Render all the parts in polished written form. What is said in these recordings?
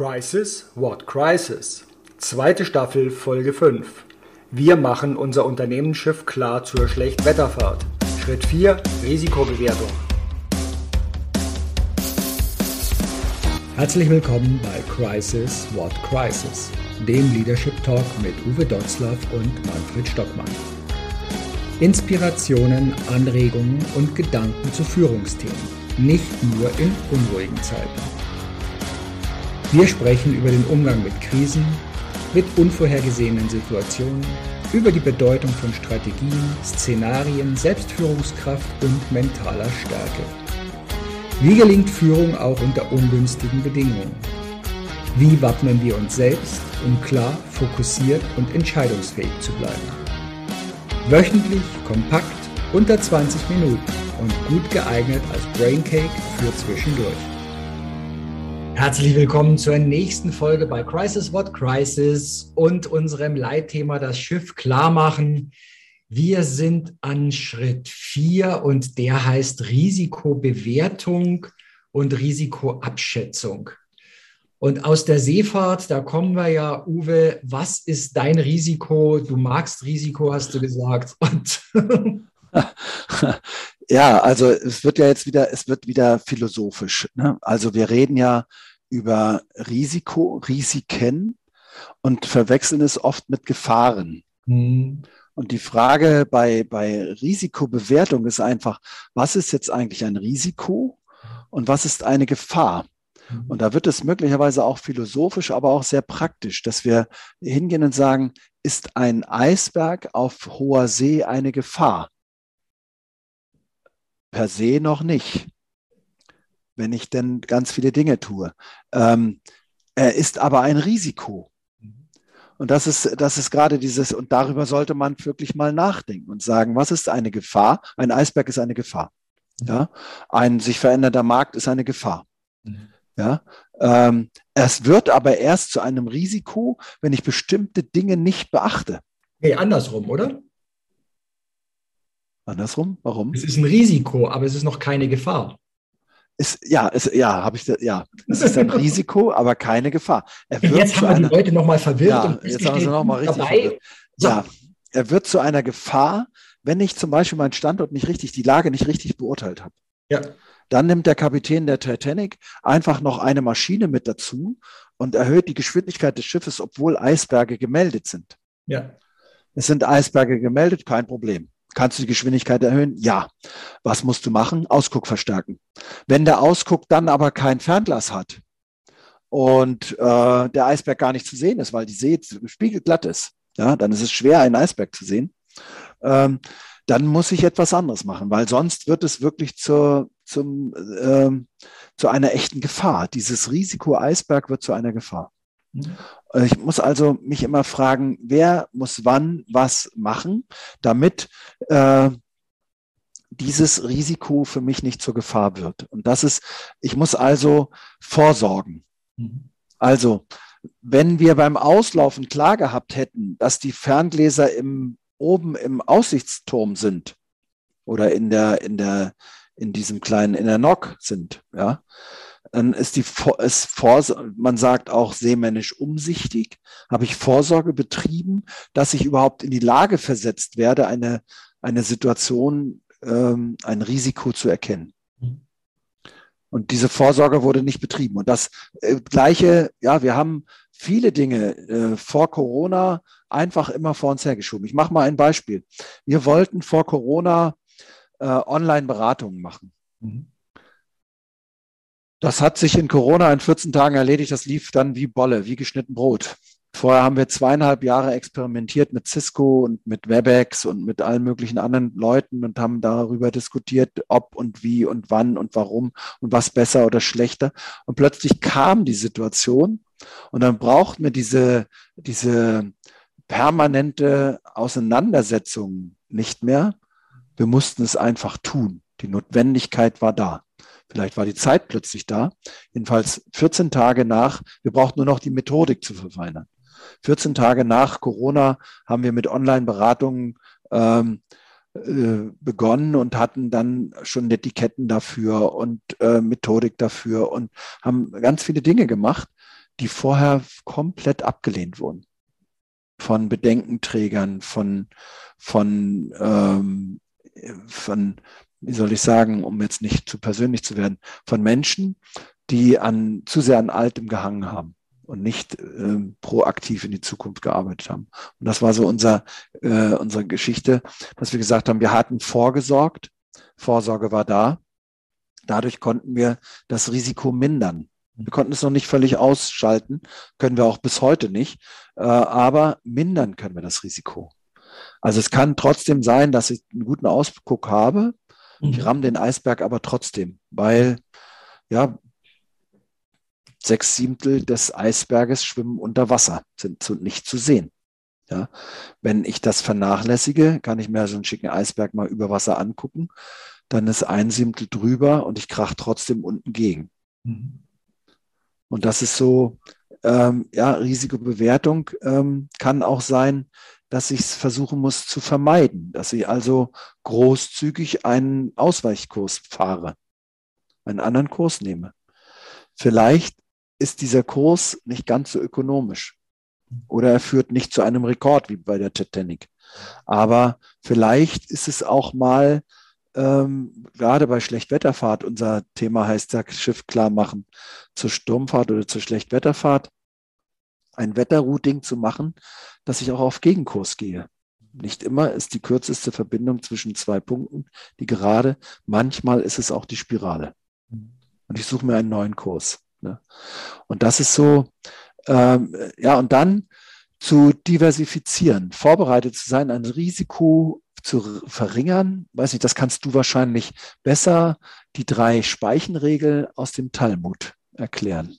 Crisis, What Crisis? Zweite Staffel, Folge 5. Wir machen unser Unternehmensschiff klar zur Schlechtwetterfahrt. Schritt 4, Risikobewertung. Herzlich willkommen bei Crisis, What Crisis? Dem Leadership Talk mit Uwe Dotzlaff und Manfred Stockmann. Inspirationen, Anregungen und Gedanken zu Führungsthemen, nicht nur in unruhigen Zeiten. Wir sprechen über den Umgang mit Krisen, mit unvorhergesehenen Situationen, über die Bedeutung von Strategien, Szenarien, Selbstführungskraft und mentaler Stärke. Wie gelingt Führung auch unter ungünstigen Bedingungen? Wie wappnen wir uns selbst, um klar, fokussiert und entscheidungsfähig zu bleiben? Wöchentlich, kompakt, unter 20 Minuten und gut geeignet als Braincake für zwischendurch. Herzlich willkommen zur nächsten Folge bei Crisis What Crisis und unserem Leitthema das Schiff klar machen. Wir sind an Schritt 4 und der heißt Risikobewertung und Risikoabschätzung. Und aus der Seefahrt, da kommen wir ja, Uwe, was ist dein Risiko? Du magst Risiko, hast du gesagt. Und ja, also es wird wieder philosophisch, ne? Also wir reden ja über Risiken und verwechseln es oft mit Gefahren. Und die Frage bei Risikobewertung ist einfach, was ist jetzt eigentlich ein Risiko und was ist eine Gefahr? Und da wird es möglicherweise auch philosophisch, aber auch sehr praktisch, dass wir hingehen und sagen, ist ein Eisberg auf hoher See eine Gefahr? Per se noch nicht, wenn ich denn ganz viele Dinge tue. Er ist aber ein Risiko. Und das ist gerade dieses, und darüber sollte man wirklich mal nachdenken und sagen, was ist eine Gefahr? Ein Eisberg ist eine Gefahr. Ja? Ein sich verändernder Markt ist eine Gefahr. Ja? Es wird aber erst zu einem Risiko, wenn ich bestimmte Dinge nicht beachte. Nee, andersrum, oder? Andersrum? Warum? Es ist ein Risiko, aber es ist noch keine Gefahr. Es ist ein Risiko, aber keine Gefahr. Jetzt haben wir die Leute nochmal verwirrt. Ja, jetzt haben wir sie nochmal richtig verwirrt. So. Ja, er wird zu einer Gefahr, wenn ich zum Beispiel meinen Standort die Lage nicht richtig beurteilt habe. Ja. Dann nimmt der Kapitän der Titanic einfach noch eine Maschine mit dazu und erhöht die Geschwindigkeit des Schiffes, obwohl Eisberge gemeldet sind. Ja. Es sind Eisberge gemeldet, kein Problem. Kannst du die Geschwindigkeit erhöhen? Ja. Was musst du machen? Ausguck verstärken. Wenn der Ausguck dann aber kein Fernglas hat und der Eisberg gar nicht zu sehen ist, weil die See spiegelglatt ist, ja, dann ist es schwer, einen Eisberg zu sehen. Dann muss ich etwas anderes machen, weil sonst wird es wirklich zu einer echten Gefahr. Dieses Risiko Eisberg wird zu einer Gefahr. Ich muss also mich immer fragen, wer muss wann was machen, damit dieses Risiko für mich nicht zur Gefahr wird. Und ich muss also vorsorgen. Also, wenn wir beim Auslaufen klar gehabt hätten, dass die Ferngläser oben im Aussichtsturm sind oder in diesem kleinen, in der Nock sind, ja, dann ist man sagt auch seemännisch umsichtig, habe ich Vorsorge betrieben, dass ich überhaupt in die Lage versetzt werde, eine Situation, ein Risiko zu erkennen. Und diese Vorsorge wurde nicht betrieben. Und das Gleiche, ja, wir haben viele Dinge vor Corona einfach immer vor uns hergeschoben. Ich mache mal ein Beispiel. Wir wollten vor Corona Online-Beratungen machen. Das hat sich in Corona in 14 Tagen erledigt. Das lief dann wie Bolle, wie geschnitten Brot. Vorher haben wir 2,5 Jahre experimentiert mit Cisco und mit Webex und mit allen möglichen anderen Leuten und haben darüber diskutiert, ob und wie und wann und warum und was besser oder schlechter. Und plötzlich kam die Situation und dann brauchten wir diese permanente Auseinandersetzung nicht mehr. Wir mussten es einfach tun. Die Notwendigkeit war da. Vielleicht war die Zeit plötzlich da. Jedenfalls 14 Tage wir brauchten nur noch die Methodik zu verfeinern. 14 Tage nach Corona haben wir mit Online-Beratungen begonnen und hatten dann schon Etiketten dafür und Methodik dafür und haben ganz viele Dinge gemacht, die vorher komplett abgelehnt wurden. Von Bedenkenträgern, von, wie soll ich sagen, um jetzt nicht zu persönlich zu werden, von Menschen, die zu sehr an Altem gehangen haben und nicht proaktiv in die Zukunft gearbeitet haben. Und das war so unsere Geschichte, dass wir gesagt haben, wir hatten vorgesorgt, Vorsorge war da, dadurch konnten wir das Risiko mindern. Wir konnten es noch nicht völlig ausschalten, können wir auch bis heute nicht, aber mindern können wir das Risiko. Also es kann trotzdem sein, dass ich einen guten Ausguck habe, ich ramme den Eisberg aber trotzdem, weil ja 6/7 des Eisberges schwimmen unter Wasser, sind nicht zu sehen. Ja, wenn ich das vernachlässige, kann ich mir so einen schicken Eisberg mal über Wasser angucken, dann ist 1/7 drüber und ich krach trotzdem unten gegen. Und das ist so, Risikobewertung kann auch sein, dass ich es versuchen muss zu vermeiden, dass ich also großzügig einen Ausweichkurs fahre, einen anderen Kurs nehme. Vielleicht ist dieser Kurs nicht ganz so ökonomisch oder er führt nicht zu einem Rekord wie bei der Titanic. Aber vielleicht ist es auch mal, gerade bei Schlechtwetterfahrt, unser Thema heißt ja Schiff klar machen zur Sturmfahrt oder zur Schlechtwetterfahrt, ein Wetterrouting zu machen, dass ich auch auf Gegenkurs gehe. Nicht immer ist die kürzeste Verbindung zwischen 2 Punkten die Gerade, manchmal ist es auch die Spirale. Und ich suche mir einen neuen Kurs. Ne? Und das ist so, und dann zu diversifizieren, vorbereitet zu sein, ein Risiko zu verringern. Weiß nicht, das kannst du wahrscheinlich besser, die 3 Speichenregeln aus dem Talmud erklären.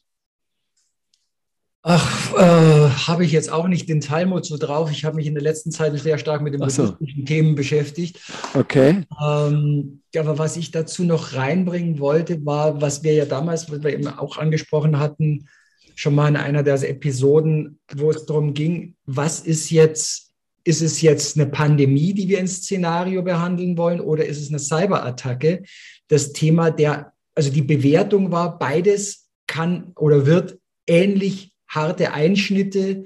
Ach, habe ich jetzt auch nicht den Talmud so drauf. Ich habe mich in der letzten Zeit sehr stark mit den buddhistischen Themen beschäftigt. Okay. Aber was ich dazu noch reinbringen wollte, war, was wir ja damals, was wir eben auch angesprochen hatten, schon mal in einer der Episoden, wo es darum ging, was ist jetzt, ist es jetzt eine Pandemie, die wir ins Szenario behandeln wollen, oder ist es eine Cyberattacke? Das Thema also die Bewertung war, beides kann oder wird ähnlich harte Einschnitte,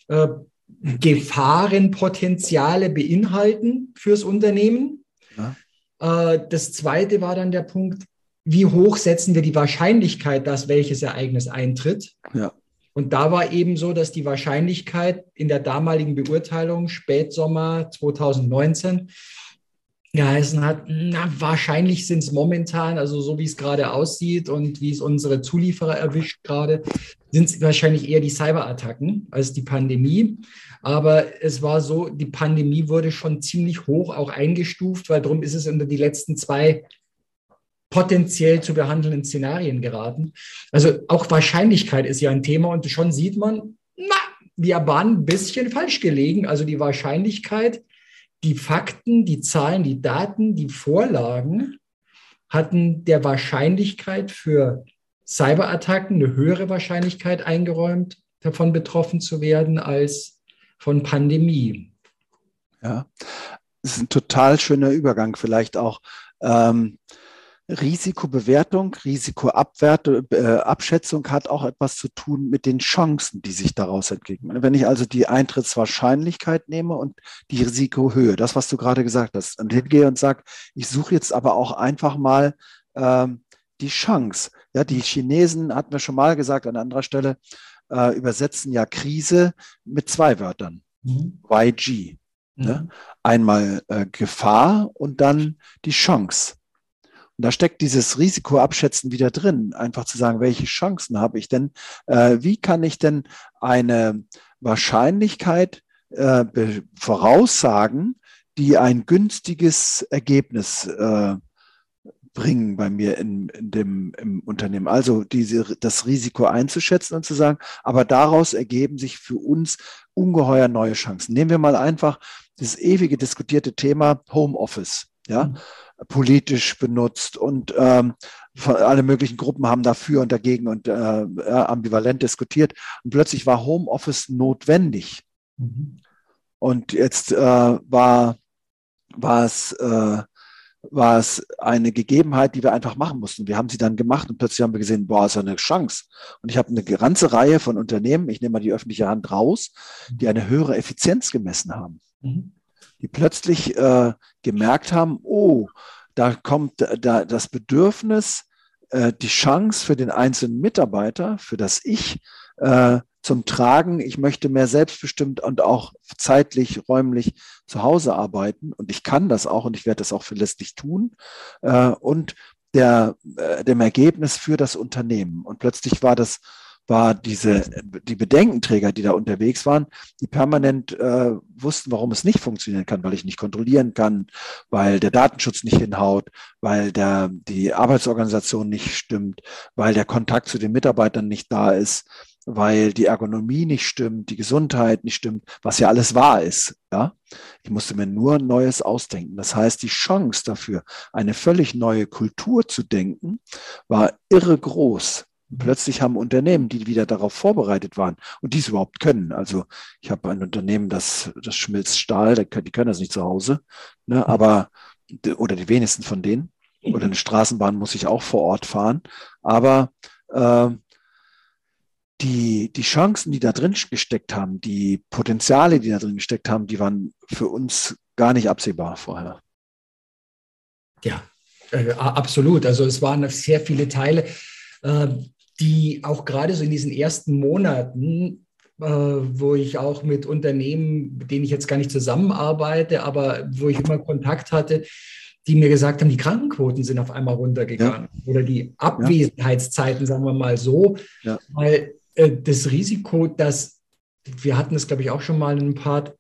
Gefahrenpotenziale beinhalten fürs Unternehmen. Ja. Das zweite war dann der Punkt, wie hoch setzen wir die Wahrscheinlichkeit, dass welches Ereignis eintritt? Ja. Und da war eben so, dass die Wahrscheinlichkeit in der damaligen Beurteilung, Spätsommer 2019, geheißen hat, wahrscheinlich sind es momentan, also so wie es gerade aussieht und wie es unsere Zulieferer erwischt gerade, sind es wahrscheinlich eher die Cyberattacken als die Pandemie. Aber es war so, die Pandemie wurde schon ziemlich hoch auch eingestuft, weil darum ist es unter die letzten 2 potenziell zu behandelnden Szenarien geraten. Also auch Wahrscheinlichkeit ist ja ein Thema und schon sieht man, wir waren ein bisschen falsch gelegen. Also die Wahrscheinlichkeit, die Fakten, die Zahlen, die Daten, die Vorlagen hatten der Wahrscheinlichkeit für Cyberattacken eine höhere Wahrscheinlichkeit eingeräumt, davon betroffen zu werden, als von Pandemie. Ja, das ist ein total schöner Übergang. Vielleicht auch Risikobewertung, Risikoabschätzung hat auch etwas zu tun mit den Chancen, die sich daraus entwickeln. Wenn ich also die Eintrittswahrscheinlichkeit nehme und die Risikohöhe, das, was du gerade gesagt hast, und hingehe und sage, ich suche jetzt aber auch einfach mal die Chance. Ja, die Chinesen, hatten wir schon mal gesagt an anderer Stelle, übersetzen ja Krise mit 2 Wörtern. YG. Ne? Einmal Gefahr und dann die Chance. Und da steckt dieses Risikoabschätzen wieder drin, einfach zu sagen, welche Chancen habe ich denn? Wie kann ich denn eine Wahrscheinlichkeit voraussagen, die ein günstiges Ergebnis bringen bei mir im Unternehmen? Also das Risiko einzuschätzen und zu sagen, aber daraus ergeben sich für uns ungeheuer neue Chancen. Nehmen wir mal einfach das ewige diskutierte Thema Homeoffice, ja, politisch benutzt und alle möglichen Gruppen haben dafür und dagegen und ambivalent diskutiert. Und plötzlich war Homeoffice notwendig. Und jetzt war es war es eine Gegebenheit, die wir einfach machen mussten. Wir haben sie dann gemacht und plötzlich haben wir gesehen, boah, ist ja eine Chance. Und ich habe eine ganze Reihe von Unternehmen, ich nehme mal die öffentliche Hand raus, die eine höhere Effizienz gemessen haben. Die plötzlich gemerkt haben, oh, da kommt da das Bedürfnis, die Chance für den einzelnen Mitarbeiter, für das Ich, zum Tragen, ich möchte mehr selbstbestimmt und auch zeitlich, räumlich zu Hause arbeiten und ich kann das auch und ich werde das auch verlässlich tun und dem Ergebnis für das Unternehmen. Und plötzlich die Bedenkenträger, die da unterwegs waren, die permanent wussten, warum es nicht funktionieren kann, weil ich nicht kontrollieren kann, weil der Datenschutz nicht hinhaut, weil die Arbeitsorganisation nicht stimmt, weil der Kontakt zu den Mitarbeitern nicht da ist, weil die Ergonomie nicht stimmt, die Gesundheit nicht stimmt, was ja alles wahr ist. Ja? Ich musste mir nur Neues ausdenken. Das heißt, die Chance dafür, eine völlig neue Kultur zu denken, war irre groß. Plötzlich haben Unternehmen, die wieder darauf vorbereitet waren und dies überhaupt können. Also ich habe ein Unternehmen, das schmilzt Stahl, die können das nicht zu Hause, ne? Oder die wenigsten von denen. Oder eine Straßenbahn muss ich auch vor Ort fahren. Aber die Chancen, die da drin gesteckt haben, die Potenziale, die da drin gesteckt haben, die waren für uns gar nicht absehbar vorher. Ja, absolut. Also es waren sehr viele Teile, die auch gerade so in diesen ersten Monaten, wo ich auch mit Unternehmen, mit denen ich jetzt gar nicht zusammenarbeite, aber wo ich immer Kontakt hatte, die mir gesagt haben, die Krankenquoten sind auf einmal runtergegangen oder die Abwesenheitszeiten, sagen wir mal so, weil das Risiko, dass, wir hatten das, glaube ich, auch schon mal in einem Part,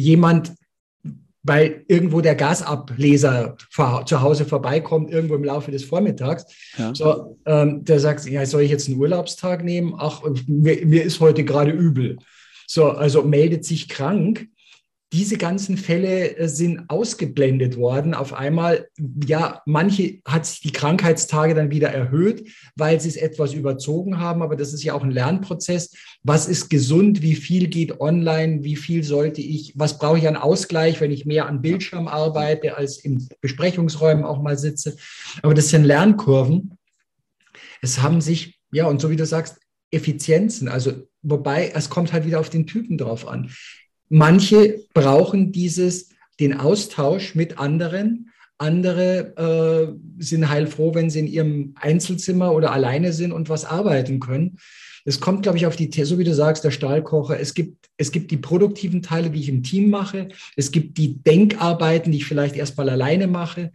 weil irgendwo der Gasableser zu Hause vorbeikommt, irgendwo im Laufe des Vormittags, der sagt, ja, soll ich jetzt einen Urlaubstag nehmen? Ach, mir ist heute gerade übel. So, also meldet sich krank. Diese ganzen Fälle sind ausgeblendet worden. Auf einmal, ja, manche hat sich die Krankheitstage dann wieder erhöht, weil sie es etwas überzogen haben. Aber das ist ja auch ein Lernprozess. Was ist gesund? Wie viel geht online? Wie viel was brauche ich an Ausgleich, wenn ich mehr am Bildschirm arbeite, als in Besprechungsräumen auch mal sitze? Aber das sind Lernkurven. Es haben sich, ja, und so wie du sagst, Effizienzen. Also, wobei, es kommt halt wieder auf den Typen drauf an. Manche brauchen den Austausch mit anderen. Andere sind heilfroh, wenn sie in ihrem Einzelzimmer oder alleine sind und was arbeiten können. Es kommt, glaube ich, so wie du sagst, der Stahlkocher. Es gibt die produktiven Teile, die ich im Team mache. Es gibt die Denkarbeiten, die ich vielleicht erstmal alleine mache.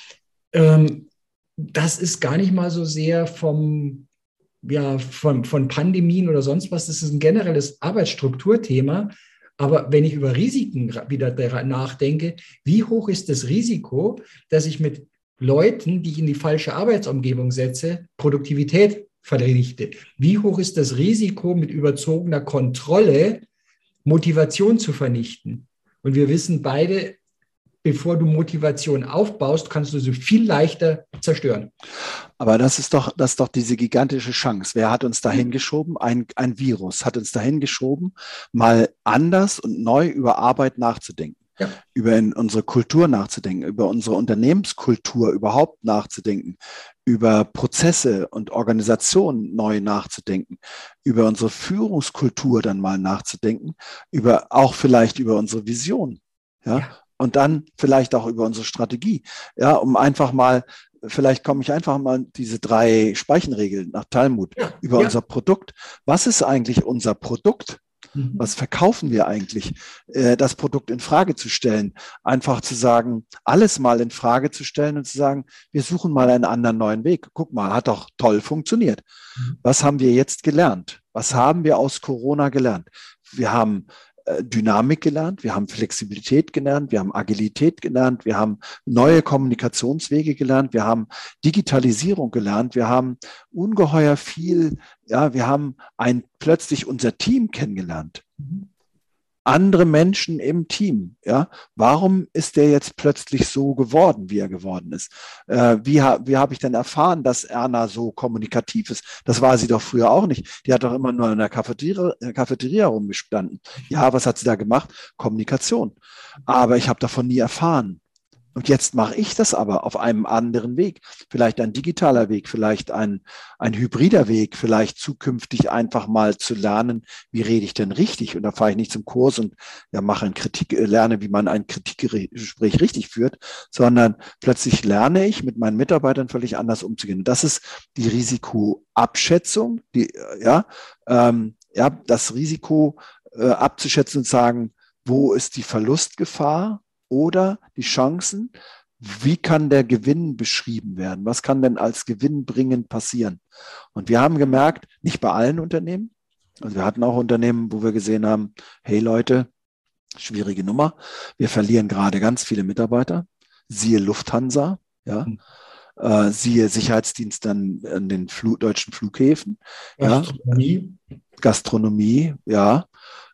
Das ist gar nicht mal so sehr von Pandemien oder sonst was. Das ist ein generelles Arbeitsstrukturthema. Aber wenn ich über Risiken wieder nachdenke, wie hoch ist das Risiko, dass ich mit Leuten, die ich in die falsche Arbeitsumgebung setze, Produktivität vernichte? Wie hoch ist das Risiko, mit überzogener Kontrolle Motivation zu vernichten? Und wir wissen beide, bevor du Motivation aufbaust, kannst du sie viel leichter zerstören. Aber das ist doch diese gigantische Chance. Wer hat uns dahin geschoben? Ein Virus hat uns dahin geschoben, mal anders und neu über Arbeit nachzudenken. Ja. Über unsere Kultur nachzudenken, über unsere Unternehmenskultur überhaupt nachzudenken, über Prozesse und Organisationen neu nachzudenken, über unsere Führungskultur dann mal nachzudenken, auch vielleicht über unsere Vision. Ja. Und dann vielleicht auch über unsere Strategie. Ja, vielleicht komme ich einfach mal diese 3 Speichenregeln nach Talmud über unser Produkt. Was ist eigentlich unser Produkt? Was verkaufen wir eigentlich? Das Produkt in Frage zu stellen, einfach zu sagen, alles mal in Frage zu stellen und zu sagen, wir suchen mal einen anderen neuen Weg. Guck mal, hat doch toll funktioniert. Was haben wir jetzt gelernt? Was haben wir aus Corona gelernt? Wir haben Dynamik gelernt, wir haben Flexibilität gelernt, wir haben Agilität gelernt, wir haben neue Kommunikationswege gelernt, wir haben Digitalisierung gelernt, wir haben ungeheuer viel, wir haben plötzlich unser Team kennengelernt. Andere Menschen im Team, warum ist der jetzt plötzlich so geworden, wie er geworden ist? Wie habe ich denn erfahren, dass Erna so kommunikativ ist? Das war sie doch früher auch nicht. Die hat doch immer nur in der Cafeteria rumgestanden. Ja, was hat sie da gemacht? Kommunikation. Aber ich habe davon nie erfahren. Und jetzt mache ich das aber auf einem anderen Weg. Vielleicht ein digitaler Weg, vielleicht ein hybrider Weg, vielleicht zukünftig einfach mal zu lernen, wie rede ich denn richtig? Und da fahre ich nicht zum Kurs und lerne, wie man ein Kritikgespräch richtig führt, sondern plötzlich lerne ich mit meinen Mitarbeitern völlig anders umzugehen. Und das ist die Risikoabschätzung, das Risiko abzuschätzen und sagen, wo ist die Verlustgefahr oder die Chancen? Wie kann der Gewinn beschrieben werden? Was kann denn als gewinnbringend passieren? Und wir haben gemerkt, nicht bei allen Unternehmen, also wir hatten auch Unternehmen, wo wir gesehen haben, hey Leute, schwierige Nummer, wir verlieren gerade ganz viele Mitarbeiter, siehe Lufthansa, ja, siehe Sicherheitsdienst an den deutschen Flughäfen, Gastronomie, ja,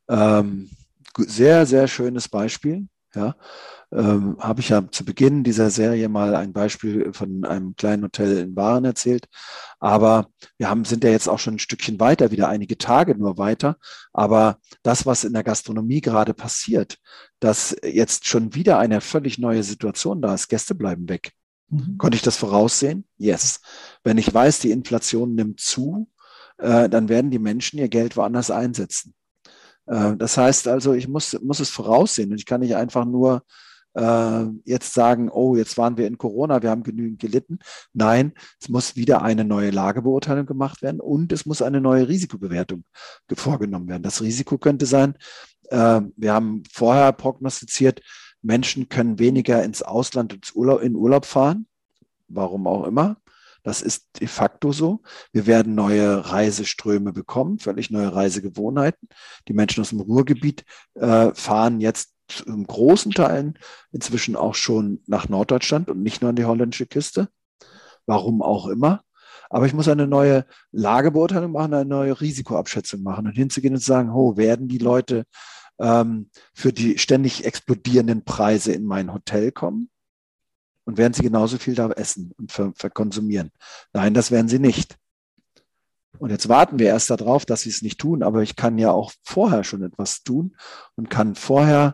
sehr, sehr schönes Beispiel. Ja, habe ich ja zu Beginn dieser Serie mal ein Beispiel von einem kleinen Hotel in Waren erzählt. Aber wir sind ja jetzt auch schon ein Stückchen weiter, wieder einige Tage nur weiter. Aber das, was in der Gastronomie gerade passiert, dass jetzt schon wieder eine völlig neue Situation da ist, Gäste bleiben weg. Konnte ich das voraussehen? Yes. Wenn ich weiß, die Inflation nimmt zu, dann werden die Menschen ihr Geld woanders einsetzen. Das heißt also, ich muss es voraussehen und ich kann nicht einfach nur jetzt sagen, oh, jetzt waren wir in Corona, wir haben genügend gelitten. Nein, es muss wieder eine neue Lagebeurteilung gemacht werden und es muss eine neue Risikobewertung vorgenommen werden. Das Risiko könnte sein, wir haben vorher prognostiziert, Menschen können weniger ins Ausland in Urlaub fahren, warum auch immer. Das ist de facto so. Wir werden neue Reiseströme bekommen, völlig neue Reisegewohnheiten. Die Menschen aus dem Ruhrgebiet fahren jetzt in großen Teilen inzwischen auch schon nach Norddeutschland und nicht nur an die holländische Küste. Warum auch immer. Aber ich muss eine neue Lagebeurteilung machen, eine neue Risikoabschätzung machen und hinzugehen und sagen, werden die Leute für die ständig explodierenden Preise in mein Hotel kommen? Und werden sie genauso viel da essen und verkonsumieren? Nein, das werden sie nicht. Und jetzt warten wir erst darauf, dass sie es nicht tun, aber ich kann ja auch vorher schon etwas tun und kann vorher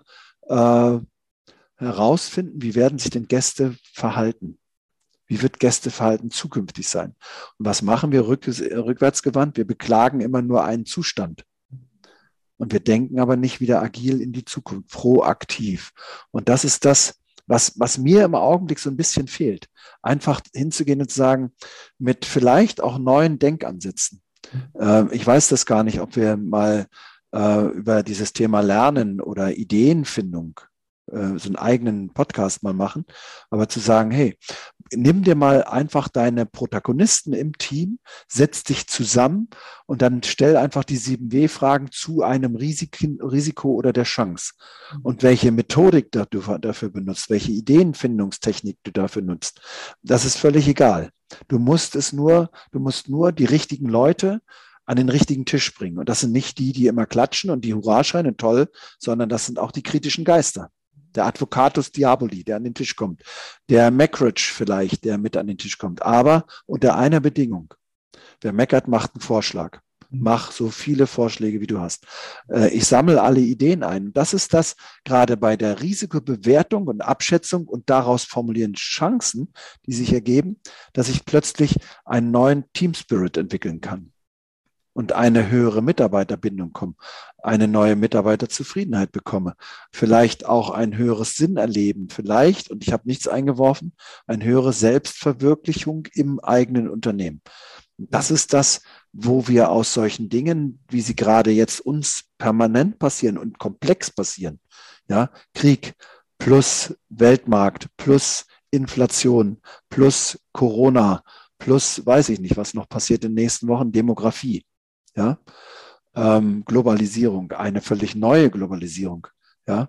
herausfinden, wie werden sich denn Gäste verhalten? Wie wird Gästeverhalten zukünftig sein? Und was machen wir rückwärtsgewandt? Wir beklagen immer nur einen Zustand. Und wir denken aber nicht wieder agil in die Zukunft, proaktiv. Und das ist das, was mir im Augenblick so ein bisschen fehlt. Einfach hinzugehen und zu sagen, mit vielleicht auch neuen Denkansätzen. Ich weiß das gar nicht, ob wir mal über dieses Thema Lernen oder Ideenfindung so einen eigenen Podcast mal machen, aber zu sagen, hey, nimm dir mal einfach deine Protagonisten im Team, setz dich zusammen und dann stell einfach die 7W-Fragen zu einem Risiko oder der Chance. Und welche Methodik du dafür benutzt, welche Ideenfindungstechnik du dafür nutzt, das ist völlig egal. Du musst nur die richtigen Leute an den richtigen Tisch bringen. Und das sind nicht die immer klatschen und die Hurra schreien, toll, sondern das sind auch die kritischen Geister. Der Advocatus Diaboli, der an den Tisch kommt. Der Mackridge vielleicht, der mit an den Tisch kommt. Aber unter einer Bedingung. Wer meckert, macht einen Vorschlag. Mach so viele Vorschläge, wie du hast. Ich sammle alle Ideen ein. Das ist das gerade bei der Risikobewertung und Abschätzung und daraus formulieren Chancen, die sich ergeben, dass ich plötzlich einen neuen Team-Spirit entwickeln kann. Und eine höhere Mitarbeiterbindung komme, eine neue Mitarbeiterzufriedenheit bekomme, vielleicht auch ein höheres Sinnerleben, vielleicht, und ich habe nichts eingeworfen, eine höhere Selbstverwirklichung im eigenen Unternehmen. Das ist das, wo wir aus solchen Dingen, wie sie gerade jetzt uns permanent passieren und komplex passieren, ja, Krieg plus Weltmarkt plus Inflation plus Corona plus weiß ich nicht, was noch passiert in den nächsten Wochen, Demografie. Ja, Globalisierung, eine völlig neue Globalisierung, ja,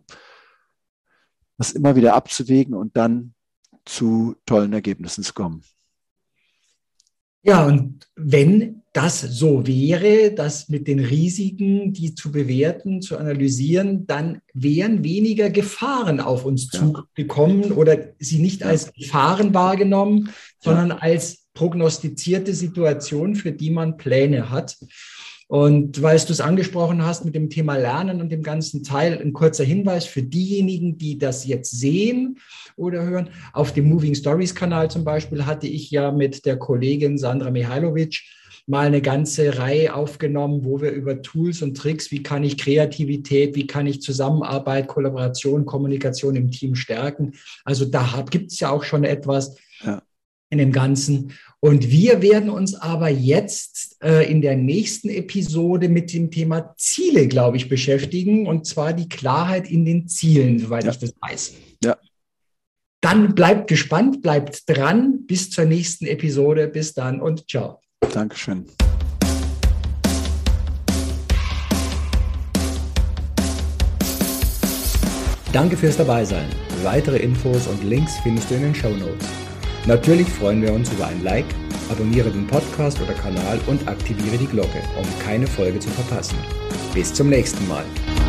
das immer wieder abzuwägen und dann zu tollen Ergebnissen zu kommen. Ja, und wenn das so wäre, das mit den Risiken, die zu bewerten, zu analysieren, dann wären weniger Gefahren auf uns zugekommen oder sie nicht als Gefahren wahrgenommen, sondern als prognostizierte Situation, für die man Pläne hat. Und weil du es angesprochen hast mit dem Thema Lernen und dem ganzen Teil, ein kurzer Hinweis für diejenigen, die das jetzt sehen oder hören. Auf dem Moving Stories Kanal zum Beispiel hatte ich ja mit der Kollegin Sandra Mihailovic mal eine ganze Reihe aufgenommen, wo wir über Tools und Tricks, wie kann ich Kreativität, wie kann ich Zusammenarbeit, Kollaboration, Kommunikation im Team stärken. Also da gibt es ja auch schon etwas in dem Ganzen. Und wir werden uns aber jetzt in der nächsten Episode mit dem Thema Ziele, glaube ich, beschäftigen. Und zwar die Klarheit in den Zielen, soweit ich das weiß. Ja. Dann bleibt gespannt, bleibt dran. Bis zur nächsten Episode. Bis dann und ciao. Dankeschön. Danke fürs Dabeisein. Weitere Infos und Links findest du in den Shownotes. Natürlich freuen wir uns über ein Like, abonniere den Podcast oder Kanal und aktiviere die Glocke, um keine Folge zu verpassen. Bis zum nächsten Mal.